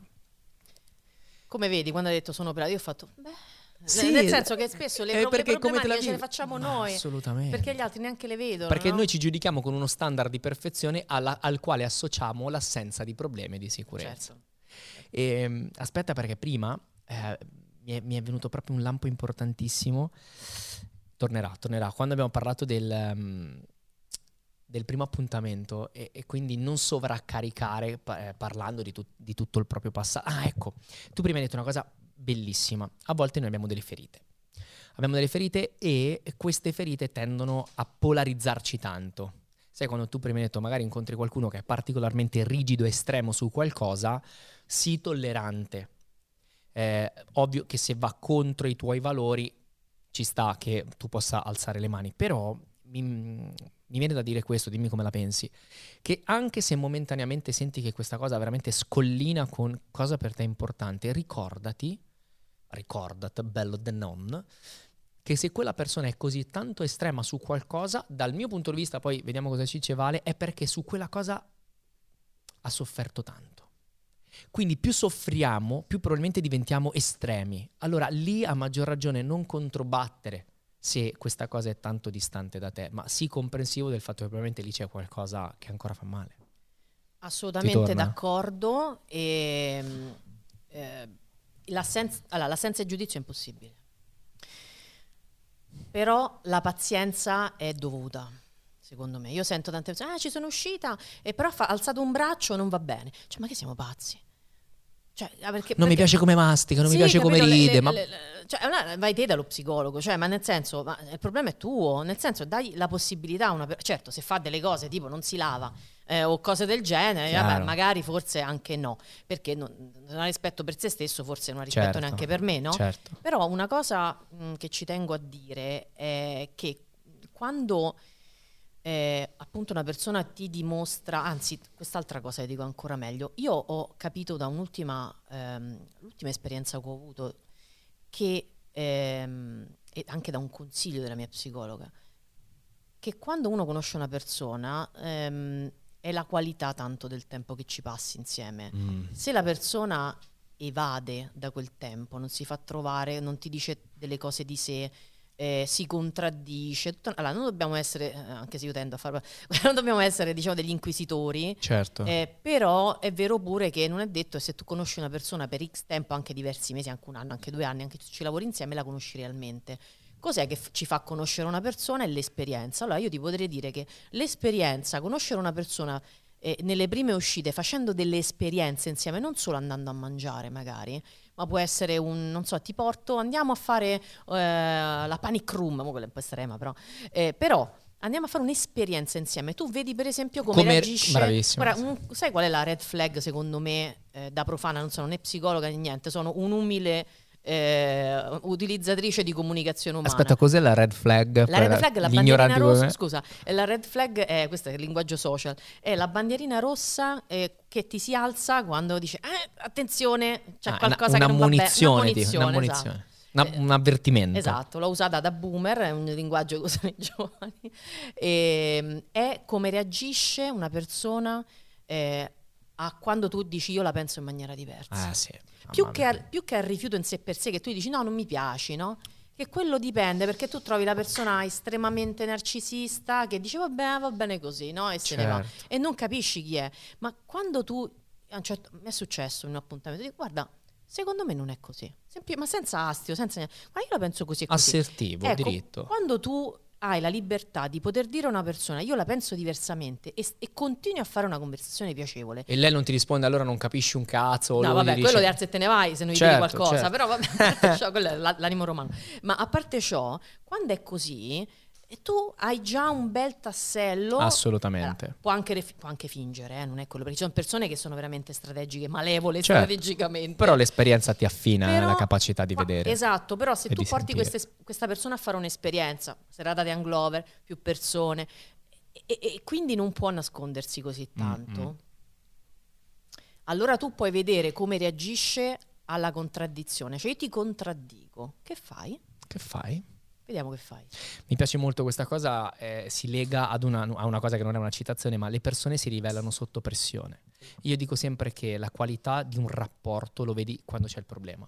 Come vedi, quando hai detto sono pelato, io ho fatto... beh... Sì, nel senso che spesso le, eh, pro- le problematiche le ce le facciamo Ma noi, assolutamente. perché gli altri neanche le vedono. Perché no? noi ci giudichiamo con uno standard di perfezione alla, al quale associamo l'assenza di problemi e di sicurezza. Certo. E, aspetta, perché prima eh, mi, è, mi è venuto proprio un lampo importantissimo. Tornerà, tornerà. Quando abbiamo parlato del... Um, del primo appuntamento e, e quindi non sovraccaricare pa- eh, parlando di, tu- di tutto il proprio passato. Ah, ecco, tu prima hai detto una cosa bellissima. A volte noi abbiamo delle ferite. Abbiamo delle ferite e queste ferite tendono a polarizzarci tanto. Sai, quando tu prima hai detto magari incontri qualcuno che è particolarmente rigido, estremo su qualcosa, sii tollerante. Eh, ovvio che se va contro i tuoi valori ci sta che tu possa alzare le mani, però mi, mi viene da dire questo, dimmi come la pensi, che anche se momentaneamente senti che questa cosa veramente scollina con cosa per te è importante, ricordati, ricordati, bello de non, che se quella persona è così tanto estrema su qualcosa, dal mio punto di vista, poi vediamo cosa ci ci vale, è perché su quella cosa ha sofferto tanto. Quindi più soffriamo, più probabilmente diventiamo estremi. Allora lì a maggior ragione non controbattere se questa cosa è tanto distante da te, ma sii comprensivo del fatto che probabilmente lì c'è qualcosa che ancora fa male. Assolutamente d'accordo. E, eh, l'assenza, allora, l'assenza di giudizio è impossibile, però la pazienza è dovuta, secondo me. Io sento tante persone, ah, ci sono uscita, e però ha alzato un braccio, non va bene. Cioè, ma che siamo pazzi? Cioè, perché, non perché, mi piace come mastica, non sì, mi piace capito, come ride. le, le, ma... le, le, cioè, una, vai te dallo psicologo, cioè, ma nel senso, ma il problema è tuo, nel senso, dai la possibilità a una per... certo, se fa delle cose tipo non si lava eh, o cose del genere, vabbè, magari forse anche no, perché non, non ha rispetto per se stesso, forse non ha rispetto, certo, neanche per me, no? Certo. Però una cosa mh, che ci tengo a dire è che quando Eh, appunto una persona ti dimostra, anzi quest'altra cosa che dico ancora meglio, io ho capito da un'ultima ehm, l'ultima esperienza che ho avuto, che ehm, e anche da un consiglio della mia psicologa, che quando uno conosce una persona ehm, è la qualità tanto del tempo che ci passi insieme. Mm. Se la persona evade da quel tempo, non si fa trovare, non ti dice delle cose di sé, Eh, si contraddice, tutto, allora non dobbiamo essere, anche se io tendo a farlo, non dobbiamo essere, diciamo, degli inquisitori, certo, eh, però è vero pure che non è detto, e se tu conosci una persona per X tempo, anche diversi mesi, anche un anno, anche due anni, anche se ci lavori insieme, la conosci realmente. Cos'è che f- ci fa conoscere una persona? È l'esperienza. Allora io ti potrei dire che l'esperienza, conoscere una persona eh, nelle prime uscite, facendo delle esperienze insieme, non solo andando a mangiare magari, ma può essere un, non so, ti porto, andiamo a fare eh, la panic room, ma quella è un po' estrema però, eh, però andiamo a fare un'esperienza insieme. Tu vedi per esempio come, come reagisce. Bravissimo. Guarda, un, sai qual è la red flag secondo me, eh, da profana, non sono né psicologa né niente, sono un umile eh, utilizzatrice di comunicazione umana. Aspetta, cos'è la red flag? La red flag è la bandierina rossa, scusa, la red flag è, questo è il linguaggio social, è la bandierina rossa eh, che ti si alza quando dice eh, attenzione, c'è ah, qualcosa una, che non va bene. Una munizione, una munizione. Esatto. Una, un avvertimento. Esatto, l'ho usata da boomer, è un linguaggio che usano i giovani. E, è come reagisce una persona eh, a quando tu dici io la penso in maniera diversa. Ah, sì. Più che, al, più che al rifiuto in sé per sé, che tu dici no, non mi piaci, no? Che quello dipende, perché tu trovi la persona estremamente narcisista che dice va bene, va bene così, no? E se certo. ne va. E non capisci chi è. Ma quando tu, a un certo, mi è successo in un appuntamento, dico guarda, secondo me non è così. Sempl- ma senza astio, senza niente. Ma io la penso così e così. Assertivo, ecco, diritto. Quando tu hai la libertà di poter dire a una persona io la penso diversamente e, e continui a fare una conversazione piacevole e lei non ti risponde, allora non capisci un cazzo, no vabbè dice... quello di alza e te ne vai se non gli certo, dici qualcosa, certo. però vabbè, ciò, quello è l'animo romano. Ma a parte ciò, quando è così tu hai già un bel tassello. Assolutamente. Allora, può, anche, può anche fingere, eh, non è quello, perché ci sono persone che sono veramente strategiche, malevole, certo. strategicamente. Però l'esperienza ti affina però, la capacità di qua, vedere. Esatto, però se tu porti queste, sentire. questa persona a fare un'esperienza, serata di Anglover, più persone, e, e quindi non può nascondersi così tanto, mm-hmm. allora tu puoi vedere come reagisce alla contraddizione. Cioè io ti contraddico, che fai? Che fai? Vediamo che fai. Mi piace molto questa cosa, eh, si lega ad una, a una cosa che non è una citazione, ma le persone si rivelano sotto pressione. Io dico sempre che la qualità di un rapporto lo vedi quando c'è il problema.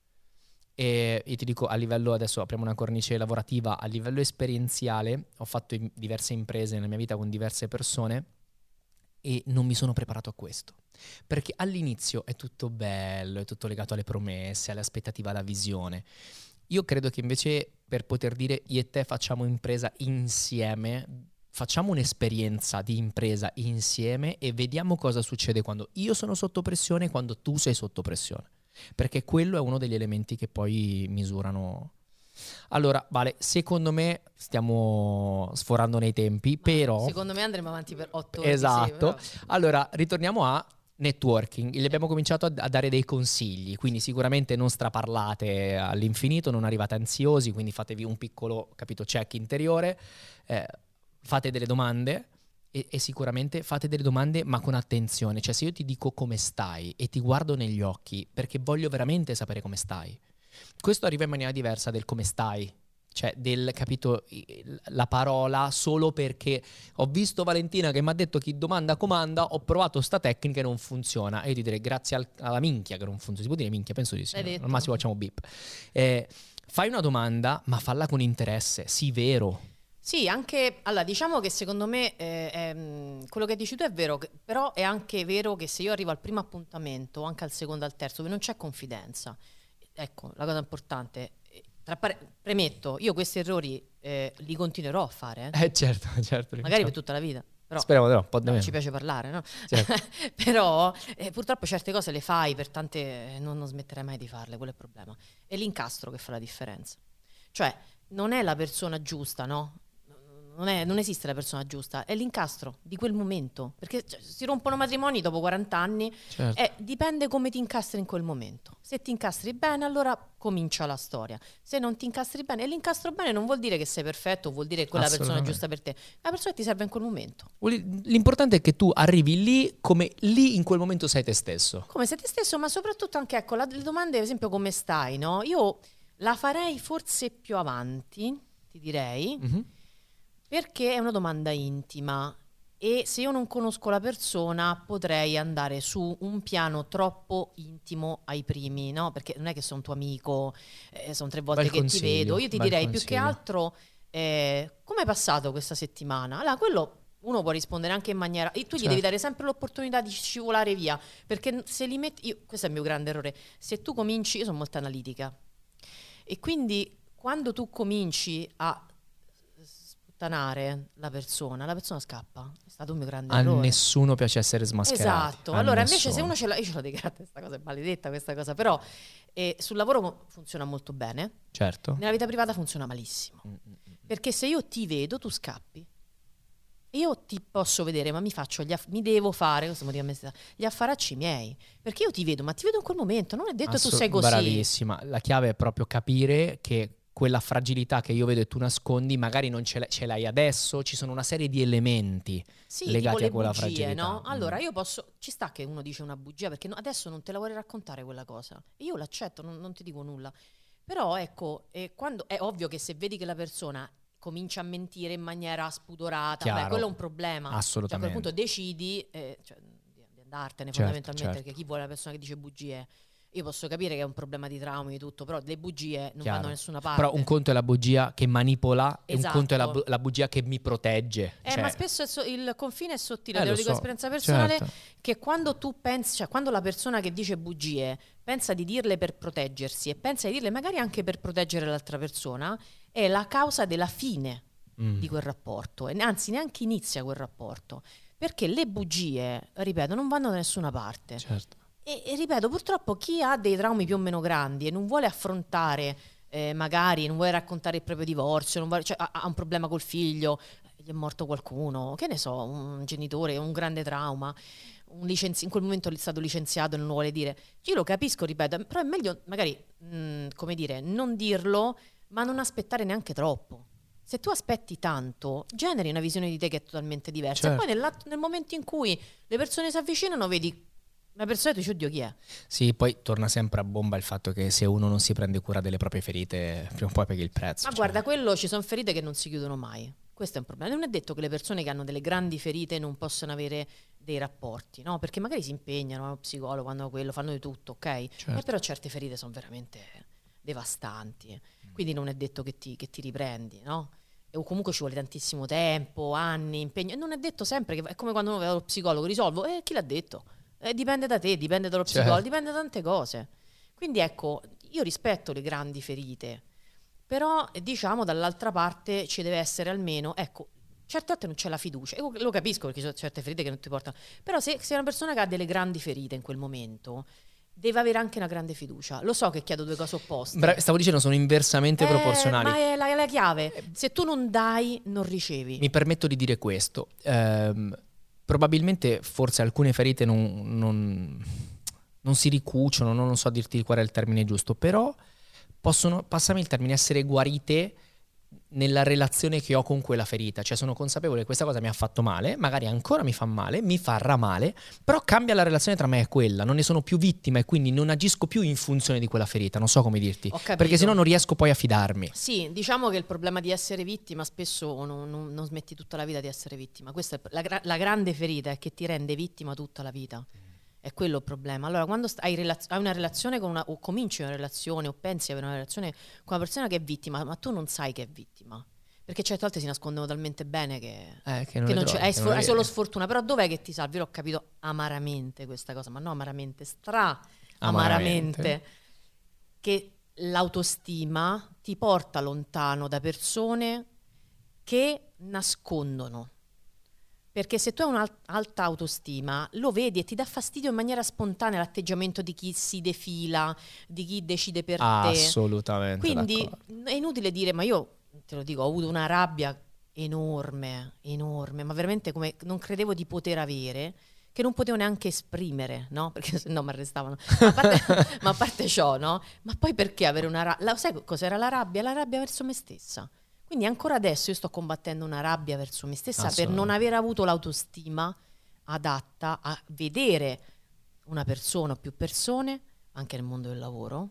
E io ti dico a livello, adesso apriamo una cornice lavorativa, a livello esperienziale, ho fatto in diverse imprese nella mia vita con diverse persone e non mi sono preparato a questo. Perché all'inizio è tutto bello, è tutto legato alle promesse, alle aspettative, alla visione. Io credo che invece per poter dire io e te facciamo impresa insieme, facciamo un'esperienza di impresa insieme e vediamo cosa succede quando io sono sotto pressione e quando tu sei sotto pressione. Perché quello è uno degli elementi che poi misurano. Allora, Vale, secondo me stiamo sforando nei tempi, ma però... Secondo me andremo avanti per otto ore. Esatto. Sì, allora, ritorniamo a... networking, gli abbiamo cominciato a, a dare dei consigli, quindi sicuramente non straparlate all'infinito, non arrivate ansiosi, quindi fatevi un piccolo, capito, check interiore, eh, fate delle domande e, e sicuramente fate delle domande ma con attenzione, cioè se io ti dico come stai e ti guardo negli occhi perché voglio veramente sapere come stai, questo arriva in maniera diversa del come stai. Cioè del, capito, la parola solo perché ho visto Valentina che mi ha detto chi domanda comanda, ho provato sta tecnica e non funziona. E io ti direi grazie al, alla minchia che non funziona. Si può dire minchia? Penso di sì. Al massimo facciamo beep. Eh, Fai una domanda, ma falla con interesse, sii vero. Sì, anche, allora diciamo che secondo me eh, eh, quello che dici tu è vero, che, però è anche vero che se io arrivo al primo appuntamento, anche al secondo, al terzo, dove non c'è confidenza, ecco, la cosa importante, tra pare- premetto, io questi errori eh, li continuerò a fare, eh. Eh certo, certo. Magari per tutta la vita. Però, speriamo di no, un po' di no, meno. ci piace parlare, no? Certo. Però eh, purtroppo certe cose le fai per tante, eh, non, non smetterai mai di farle, quello è il problema. È l'incastro che fa la differenza. Cioè, non è la persona giusta, no? Non, è, non esiste la persona giusta, è l'incastro di quel momento. Perché cioè, si rompono matrimoni dopo quaranta anni, Certo. e dipende come ti incastri in quel momento. Se ti incastri bene, allora comincia la storia. Se non ti incastri bene, e l'incastro bene non vuol dire che sei perfetto, vuol dire che quella persona è giusta per te. La persona che ti serve in quel momento. L'importante è che tu arrivi lì come lì in quel momento sei te stesso. Come sei te stesso, ma soprattutto anche, ecco, la, le domande, ad esempio, come stai, no? Io la farei forse più avanti, ti direi, Mm-hmm. perché è una domanda intima. E se io non conosco la persona potrei andare su un piano troppo intimo ai primi, no? Perché non è che sono tuo amico, eh, sono tre volte Bel che consiglio, ti vedo. Io ti bel direi più che consiglio. altro eh, come è passato questa settimana? Allora, quello uno può rispondere anche in maniera... e tu gli Certo. devi dare sempre l'opportunità di scivolare via, perché se li metti... Io, questo è il mio grande errore. Se tu cominci... Io sono molto analitica. E quindi quando tu cominci a sputtanare la persona, la persona scappa. È stato un mio grande A errore. nessuno piace essere smascherati. Esatto. A Allora, nessuno. invece, se uno ce l'ha, io ce l'ho di carattere, questa cosa è maledetta, questa cosa, però eh, sul lavoro funziona molto bene, Certo. nella vita privata funziona malissimo. Perché se io ti vedo, tu scappi. Io ti posso vedere, ma mi faccio gli aff- mi devo fare, questo motivo a me stessa, gli affaracci miei. Perché io ti vedo, ma ti vedo in quel momento, non è detto Assu- tu sei così. Bravissima. La chiave è proprio capire che quella fragilità che io vedo e tu nascondi, magari non ce l'hai, ce l'hai adesso, ci sono una serie di elementi Sì, legati tipo le a quella bugie, fragilità. no? Allora Mm. io posso, ci sta che uno dice una bugia perché no- adesso non te la vuole raccontare quella cosa. E io l'accetto, non, non ti dico nulla. Però ecco, eh, quando, è ovvio che se vedi che la persona comincia a mentire in maniera spudorata, Chiaro. beh, quello è un problema. Cioè, a Assolutamente. quel punto decidi eh, cioè, di, di andartene Certo, fondamentalmente, certo. perché chi vuole la persona che dice bugie? Io posso capire che è un problema di traumi e tutto, però le bugie non Chiaro. vanno da nessuna parte. Però un conto è la bugia che manipola e un Esatto. conto è la, bu- la bugia che mi protegge. Eh, Cioè- ma spesso è so- il confine è sottile, Eh, te lo lo dico so, esperienza personale, certo. che quando tu pensi, cioè quando la persona che dice bugie pensa di dirle per proteggersi e pensa di dirle magari anche per proteggere l'altra persona, è la causa della fine Mm. di quel rapporto, e anzi neanche inizia quel rapporto, perché le bugie, ripeto, non vanno da nessuna parte. Certo. E, e ripeto, purtroppo chi ha dei traumi più o meno grandi e non vuole affrontare, eh, magari non vuole raccontare il proprio divorzio, non vuole- cioè, ha, ha un problema col figlio, gli è morto qualcuno, che ne so, un genitore, un grande trauma, un licenzi- in quel momento è stato licenziato e non lo vuole dire. Io lo capisco, ripeto, però è meglio magari, mh, come dire, non dirlo, ma non aspettare neanche troppo. Se tu aspetti tanto, generi una visione di te che è totalmente diversa. Certo. E poi nell'atto- nel momento in cui le persone si avvicinano, vedi una persona e tu dici, oddio, chi è? Sì, poi torna sempre a bomba il fatto che se uno non si prende cura delle proprie ferite, prima o poi paghi il prezzo. Ma cioè. guarda, quello, ci sono ferite che non si chiudono mai. Questo è un problema. Non è detto che le persone che hanno delle grandi ferite non possano avere dei rapporti, no? Perché magari si impegnano, vanno allo psicologo, fanno quello, fanno di tutto, ok? Certo. E però certe ferite sono veramente devastanti. Quindi non è detto che ti, che ti riprendi, no? O comunque ci vuole tantissimo tempo, anni, impegno. E non è detto sempre che è come quando uno va allo psicologo, risolvo. E chi l'ha detto? Eh, dipende da te, dipende dallo Certo. psicologo, dipende da tante cose. Quindi ecco, io rispetto le grandi ferite, però eh, diciamo dall'altra parte ci deve essere almeno, ecco, certe volte non c'è la fiducia. Io lo capisco perché ci sono certe ferite che non ti portano, però se sei una persona che ha delle grandi ferite in quel momento, deve avere anche una grande fiducia. Lo so che chiedo due cose opposte. Bra- stavo dicendo, sono inversamente Eh, proporzionali. Ma è la, è la chiave. Se tu non dai, non ricevi. Mi permetto di dire questo. Ehm, probabilmente forse alcune ferite non, non- non si ricuciono, non, non so dirti qual è il termine giusto, però possono, passami il termine, essere guarite nella relazione che ho con quella ferita. Cioè sono consapevole che questa cosa mi ha fatto male, magari ancora mi fa male, mi farà male, però cambia la relazione tra me e quella, non ne sono più vittima e quindi non agisco più in funzione di quella ferita, non so come dirti, Ho capito. perché sennò non riesco poi a fidarmi. Sì, diciamo che il problema di essere vittima spesso non, non- non smetti tutta la vita di essere vittima. Questa è la, gra- la grande ferita è che ti rende vittima tutta la vita. È quello il problema. Allora, quando st- hai, relaz- hai una relazione con una, o cominci una relazione o pensi di avere una relazione con una persona che è vittima, ma tu non sai che è vittima, perché certe volte si nascondono talmente bene che, Eh, che non, che le non c'è, trovi, hai, che sfor- non hai le solo vedi. sfortuna. Però dov'è che ti salvi? Io l'ho capito amaramente questa cosa, ma no amaramente, stra Amaramente. amaramente, che l'autostima ti porta lontano da persone che nascondono. Perché se tu hai un'alta autostima, lo vedi e ti dà fastidio in maniera spontanea l'atteggiamento di chi si defila, di chi decide per te. Assolutamente Quindi d'accordo. è inutile dire, ma io te lo dico, ho avuto una rabbia enorme, enorme, ma veramente come non credevo di poter avere, che non potevo neanche esprimere, no? Perché se no mi arrestavano. Ma a parte, ma a parte ciò, no? Ma poi perché avere una rabbia? Sai cos'era la rabbia? La rabbia verso me stessa. Quindi ancora adesso io sto combattendo una rabbia verso me stessa per non aver avuto l'autostima adatta a vedere una persona o più persone, anche nel mondo del lavoro,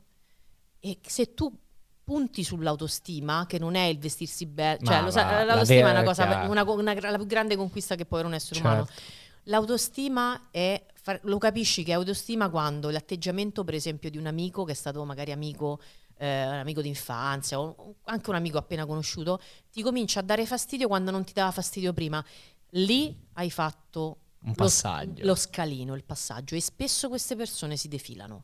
e se tu punti sull'autostima, che non è il vestirsi bene, cioè lo sa, l'autostima è una cosa, una, una, la più grande conquista che può avere un essere certo. umano. L'autostima è, lo capisci che è autostima quando l'atteggiamento per esempio di un amico che è stato magari amico Eh, un amico d'infanzia o anche un amico appena conosciuto ti comincia a dare fastidio quando non ti dava fastidio prima. Lì hai fatto un passaggio, lo, lo scalino, il passaggio, e spesso queste persone si defilano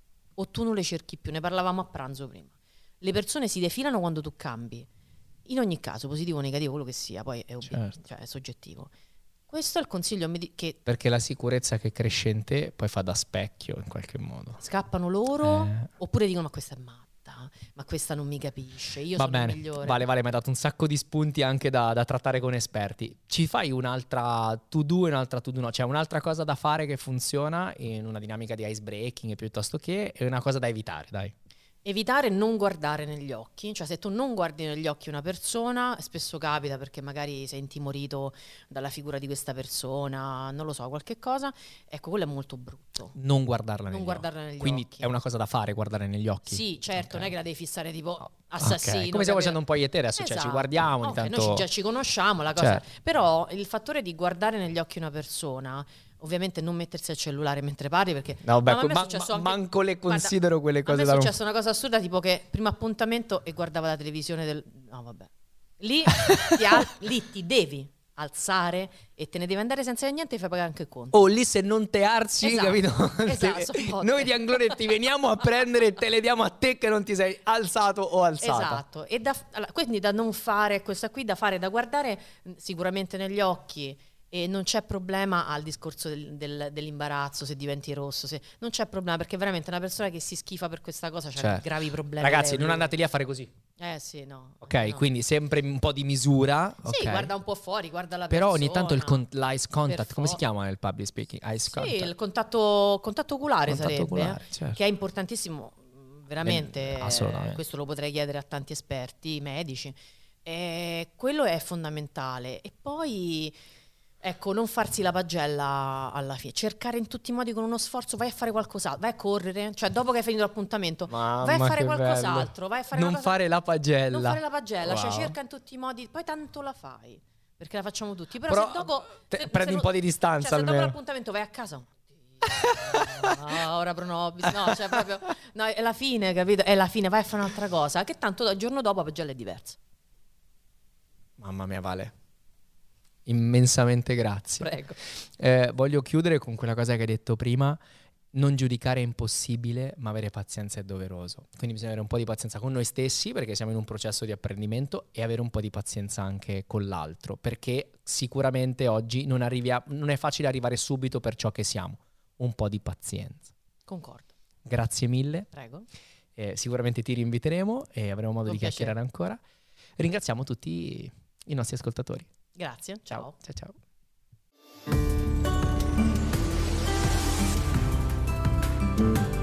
o tu non le cerchi più. Ne parlavamo a pranzo prima. Le persone si defilano quando tu cambi, in ogni caso, positivo o negativo, quello che sia, poi è, obiettivo, certo. cioè è soggettivo. Questo è il consiglio che... Perché la sicurezza che cresce in te poi fa da specchio in qualche modo. Scappano loro eh. oppure dicono ma questa è matta, ma questa non mi capisce, io Va sono bene. il migliore. Vale, vale, mi hai dato un sacco di spunti anche da, da trattare con esperti. Ci fai un'altra to-do e un'altra to-do no? Cioè un'altra cosa da fare che funziona in una dinamica di ice breaking piuttosto che, e una cosa da evitare, dai. Evitare non guardare negli occhi, cioè se tu non guardi negli occhi una persona, spesso capita perché magari sei intimorito dalla figura di questa persona, non lo so, qualche cosa, ecco, quello è molto brutto. Non guardarla non negli guardarla occhi. Negli Quindi occhi. è una cosa da fare, guardare negli occhi? Sì, certo, okay. non è che la devi fissare tipo assassino. Okay. Come stiamo facendo un po' io e te adesso, esatto. cioè ci guardiamo ogni okay, tanto... Noi già ci conosciamo, la cosa... certo. Però il fattore di guardare negli occhi una persona... Ovviamente non mettersi al cellulare mentre parli perché no, beh, no, ma ma, ma, anche, manco le considero guarda, quelle cose a me da è successa una cosa assurda, tipo che primo appuntamento e guardava la televisione del... no vabbè lì ti, al... lì ti devi alzare e te ne devi andare senza niente e fai pagare anche il conto. Oh, lì se non te arsi, esatto, capito? esatto, noi di Anglone ti veniamo a prendere e te le diamo a te che non ti sei alzato o alzata. Esatto, e da, quindi da non fare questa qui, da fare, da guardare sicuramente negli occhi. E non c'è problema al discorso del, del, dell'imbarazzo, se diventi rosso, se, non c'è problema, perché veramente una persona che si schifa per questa cosa c'ha certo. gravi problemi. Ragazzi, non andate lì a fare così. Eh sì, no. Ok, no. quindi sempre un po' di misura. Sì, okay. guarda un po' fuori, guarda la Però persona. ogni tanto il con- l'eyes contact, per come fo- si chiama nel public speaking? Eyes sì, contact. il contatto, contatto oculare contatto sarebbe, oculare, certo. che è importantissimo, veramente. Eh, questo lo potrei chiedere a tanti esperti, medici. Eh, quello è fondamentale. E poi... Ecco, non farsi la pagella alla fine, cercare in tutti i modi con uno sforzo, vai a fare qualcos'altro, vai a correre, cioè dopo che hai finito l'appuntamento, Mamma, vai a fare che qualcos'altro, vai a fare non una cosa... fare la pagella. Non fare la pagella, wow. cioè cerca in tutti i modi, poi tanto la fai, perché la facciamo tutti, però, però se dopo... Te, se, prendi se un po' di distanza cioè, se almeno. dopo l'appuntamento vai a casa... Ah, ora pronobis, no, cioè proprio... No, è la fine, capito? È la fine, vai a fare un'altra cosa, che tanto il giorno dopo la pagella è diversa. Mamma mia, Vale. Immensamente grazie. Prego. Eh, voglio chiudere con quella cosa che hai detto prima. Non giudicare è impossibile, ma avere pazienza è doveroso. Quindi bisogna avere un po' di pazienza con noi stessi, perché siamo in un processo di apprendimento, e avere un po' di pazienza anche con l'altro, perché sicuramente oggi non, arrivia- non è facile arrivare subito per ciò che siamo. Un po' di pazienza. Concordo. Grazie mille. Prego. Eh, sicuramente ti rinviteremo e avremo modo Con di piacere. chiacchierare ancora. Ringraziamo tutti i nostri ascoltatori. Grazie, ciao. Ciao ciao. ciao.